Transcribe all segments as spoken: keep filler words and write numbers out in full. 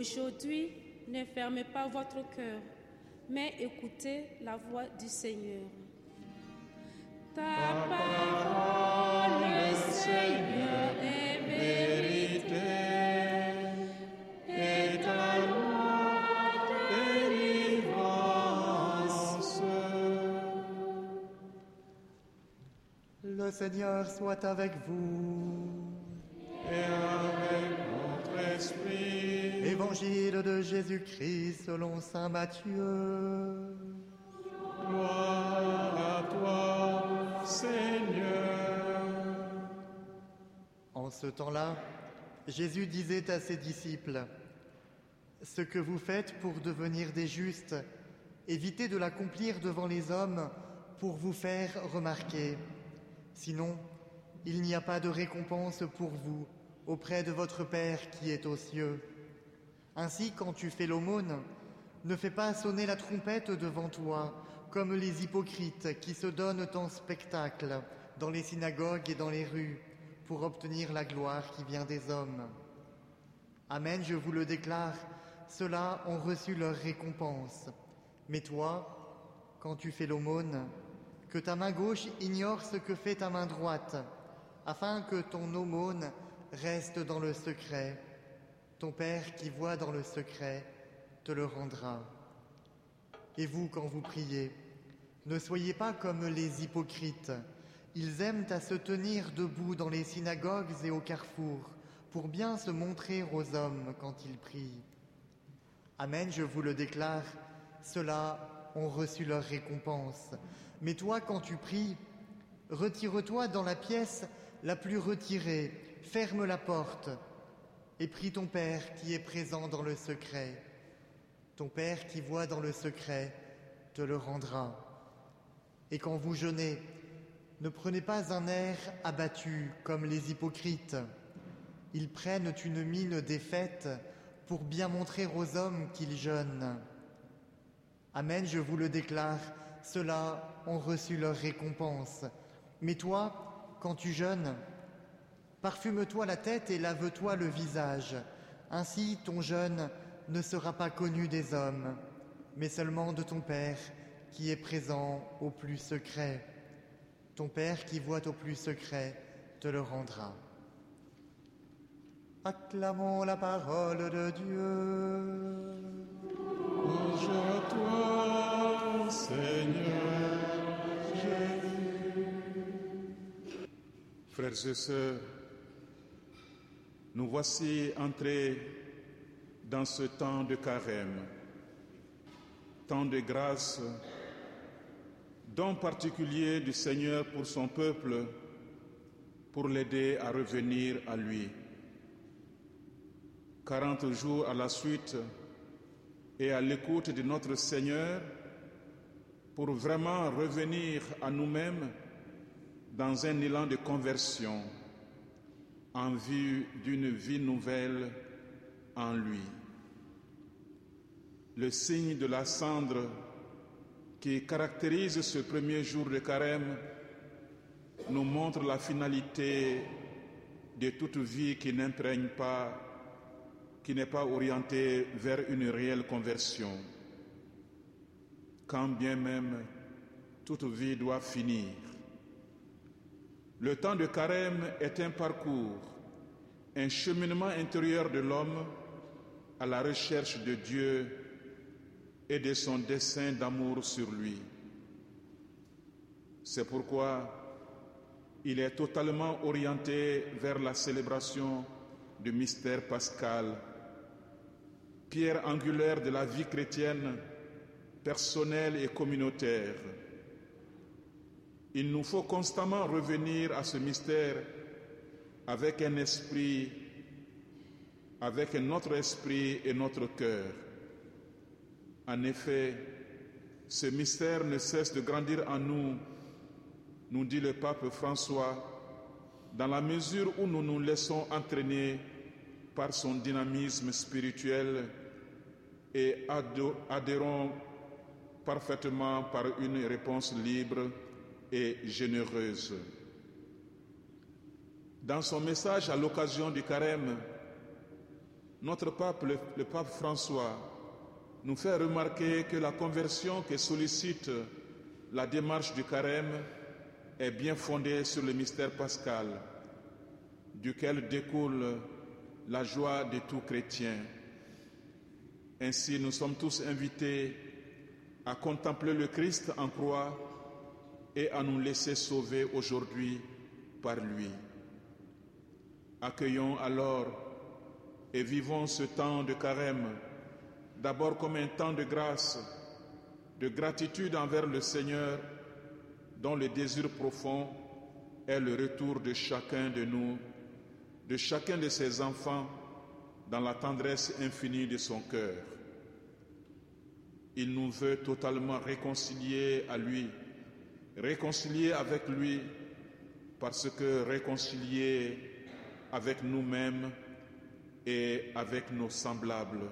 Aujourd'hui, ne fermez pas votre cœur, mais écoutez la voix du Seigneur. Ta parole, Seigneur, est vérité, et ta loi délivrance. Le Seigneur soit avec vous. Et avec votre esprit. Évangile de Jésus-Christ selon saint Matthieu. Gloire à toi, Seigneur. En ce temps-là, Jésus disait à ses disciples : ce que vous faites pour devenir des justes, évitez de l'accomplir devant les hommes pour vous faire remarquer. Sinon, il n'y a pas de récompense pour vous auprès de votre Père qui est aux cieux. Ainsi, quand tu fais l'aumône, ne fais pas sonner la trompette devant toi, comme les hypocrites qui se donnent en spectacle dans les synagogues et dans les rues, pour obtenir la gloire qui vient des hommes. Amen, je vous le déclare, ceux-là ont reçu leur récompense. Mais toi, quand tu fais l'aumône, que ta main gauche ignore ce que fait ta main droite, afin que ton aumône reste dans le secret. Ton Père qui voit dans le secret te le rendra. Et vous, quand vous priez, ne soyez pas comme les hypocrites. Ils aiment à se tenir debout dans les synagogues et au carrefour, pour bien se montrer aux hommes quand ils prient. Amen, je vous le déclare, ceux-là ont reçu leur récompense. Mais toi, quand tu pries, retire-toi dans la pièce la plus retirée, ferme la porte et prie ton Père qui est présent dans le secret. Ton Père qui voit dans le secret te le rendra. Et quand vous jeûnez, ne prenez pas un air abattu comme les hypocrites. Ils prennent une mine défaite pour bien montrer aux hommes qu'ils jeûnent. Amen, je vous le déclare, ceux-là ont reçu leur récompense. Mais toi, quand tu jeûnes, parfume-toi la tête et lave-toi le visage. Ainsi, ton jeûne ne sera pas connu des hommes, mais seulement de ton Père qui est présent au plus secret. Ton Père qui voit au plus secret te le rendra. Acclamons la parole de Dieu. Louange à toi, Seigneur Jésus. Frères et sœurs, nous voici entrés dans ce temps de carême, temps de grâce, don particulier du Seigneur pour son peuple, pour l'aider à revenir à lui. Quarante jours à la suite et à l'écoute de notre Seigneur, pour vraiment revenir à nous-mêmes dans un élan de conversion, en vue d'une vie nouvelle en lui. Le signe de la cendre qui caractérise ce premier jour de carême nous montre la finalité de toute vie qui n'imprègne pas, qui n'est pas orientée vers une réelle conversion. Quand bien même toute vie doit finir. Le temps de carême est un parcours, un cheminement intérieur de l'homme à la recherche de Dieu et de son dessein d'amour sur lui. C'est pourquoi il est totalement orienté vers la célébration du mystère pascal, pierre angulaire de la vie chrétienne, personnelle et communautaire. Il nous faut constamment revenir à ce mystère avec un esprit, avec notre esprit et notre cœur. En effet, ce mystère ne cesse de grandir en nous, nous dit le pape François, dans la mesure où nous nous laissons entraîner par son dynamisme spirituel et adhérons parfaitement par une réponse libre et généreuse. Dans son message à l'occasion du carême, notre pape, le, le pape François, nous fait remarquer que la conversion que sollicite la démarche du carême est bien fondée sur le mystère pascal, duquel découle la joie de tout chrétien. Ainsi, nous sommes tous invités à contempler le Christ en croix et à nous laisser sauver aujourd'hui par lui. Accueillons alors et vivons ce temps de carême, d'abord comme un temps de grâce, de gratitude envers le Seigneur, dont le désir profond est le retour de chacun de nous, de chacun de ses enfants, dans la tendresse infinie de son cœur. Il nous veut totalement réconcilier à lui, réconcilier avec lui, parce que réconcilier avec nous-mêmes et avec nos semblables.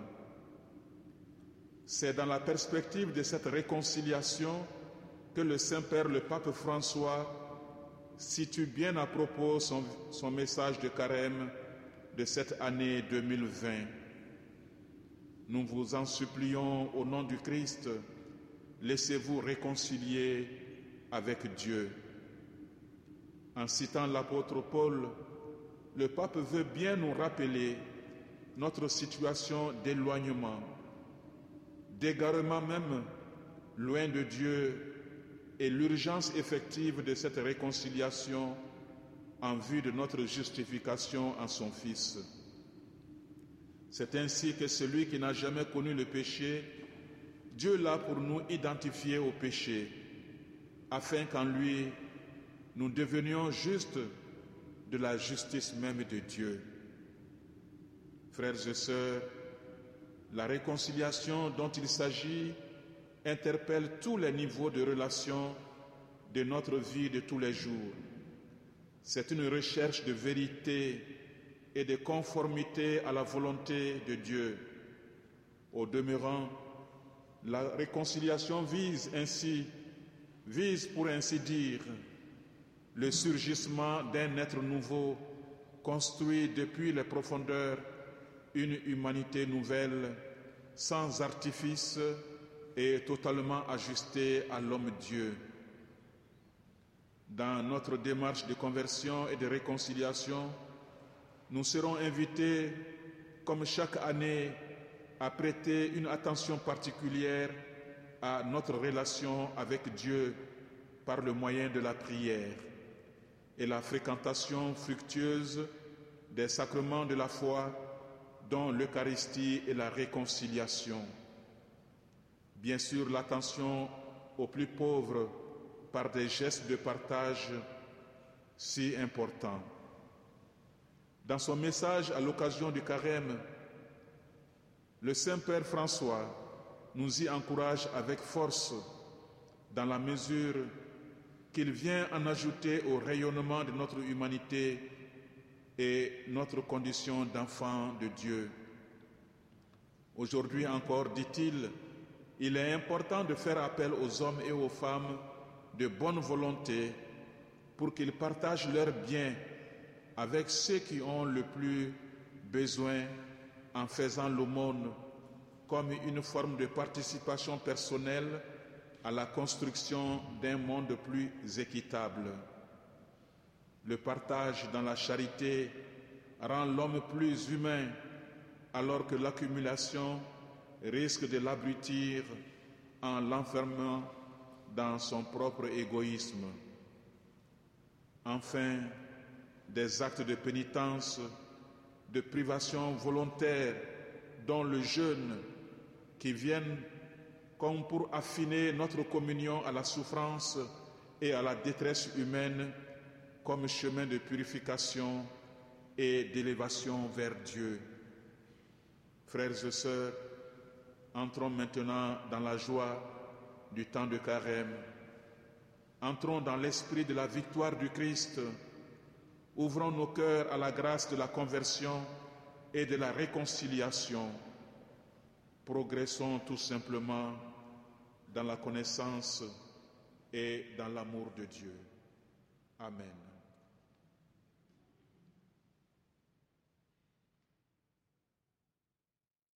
C'est dans la perspective de cette réconciliation que le Saint-Père, le pape François, situe bien à propos son, son message de carême de cette année deux mille vingt. Nous vous en supplions au nom du Christ, laissez-vous réconcilier avec Dieu. En citant l'apôtre Paul, le pape veut bien nous rappeler notre situation d'éloignement, d'égarement même, loin de Dieu, et l'urgence effective de cette réconciliation en vue de notre justification en son Fils. C'est ainsi que celui qui n'a jamais connu le péché, Dieu l'a pour nous identifié au péché, afin qu'en lui, nous devenions justes de la justice même de Dieu. Frères et sœurs, la réconciliation dont il s'agit interpelle tous les niveaux de relations de notre vie de tous les jours. C'est une recherche de vérité et de conformité à la volonté de Dieu. Au demeurant, la réconciliation vise ainsi, vise pour ainsi dire, le surgissement d'un être nouveau, construit depuis les profondeurs, une humanité nouvelle, sans artifice et totalement ajustée à l'homme-Dieu. Dans notre démarche de conversion et de réconciliation, nous serons invités, comme chaque année, à prêter une attention particulière à notre relation avec Dieu par le moyen de la prière et la fréquentation fructueuse des sacrements de la foi, dont l'Eucharistie et la réconciliation. Bien sûr, l'attention aux plus pauvres par des gestes de partage si importants. Dans son message à l'occasion du carême, le Saint-Père François nous y encourage avec force dans la mesure qu'il vient en ajouter au rayonnement de notre humanité et notre condition d'enfant de Dieu. Aujourd'hui encore, dit-il, il est important de faire appel aux hommes et aux femmes de bonne volonté pour qu'ils partagent leurs biens avec ceux qui ont le plus besoin en faisant l'aumône comme une forme de participation personnelle à la construction d'un monde plus équitable. Le partage dans la charité rend l'homme plus humain, alors que l'accumulation risque de l'abrutir en l'enfermant dans son propre égoïsme. Enfin, des actes de pénitence, de privation volontaire, dont le jeûne, qui viennent comme pour affiner notre communion à la souffrance et à la détresse humaine comme chemin de purification et d'élévation vers Dieu. Frères et sœurs, entrons maintenant dans la joie du temps de carême. Entrons dans l'esprit de la victoire du Christ. Ouvrons nos cœurs à la grâce de la conversion et de la réconciliation. Progressons tout simplement dans la connaissance et dans l'amour de Dieu. Amen.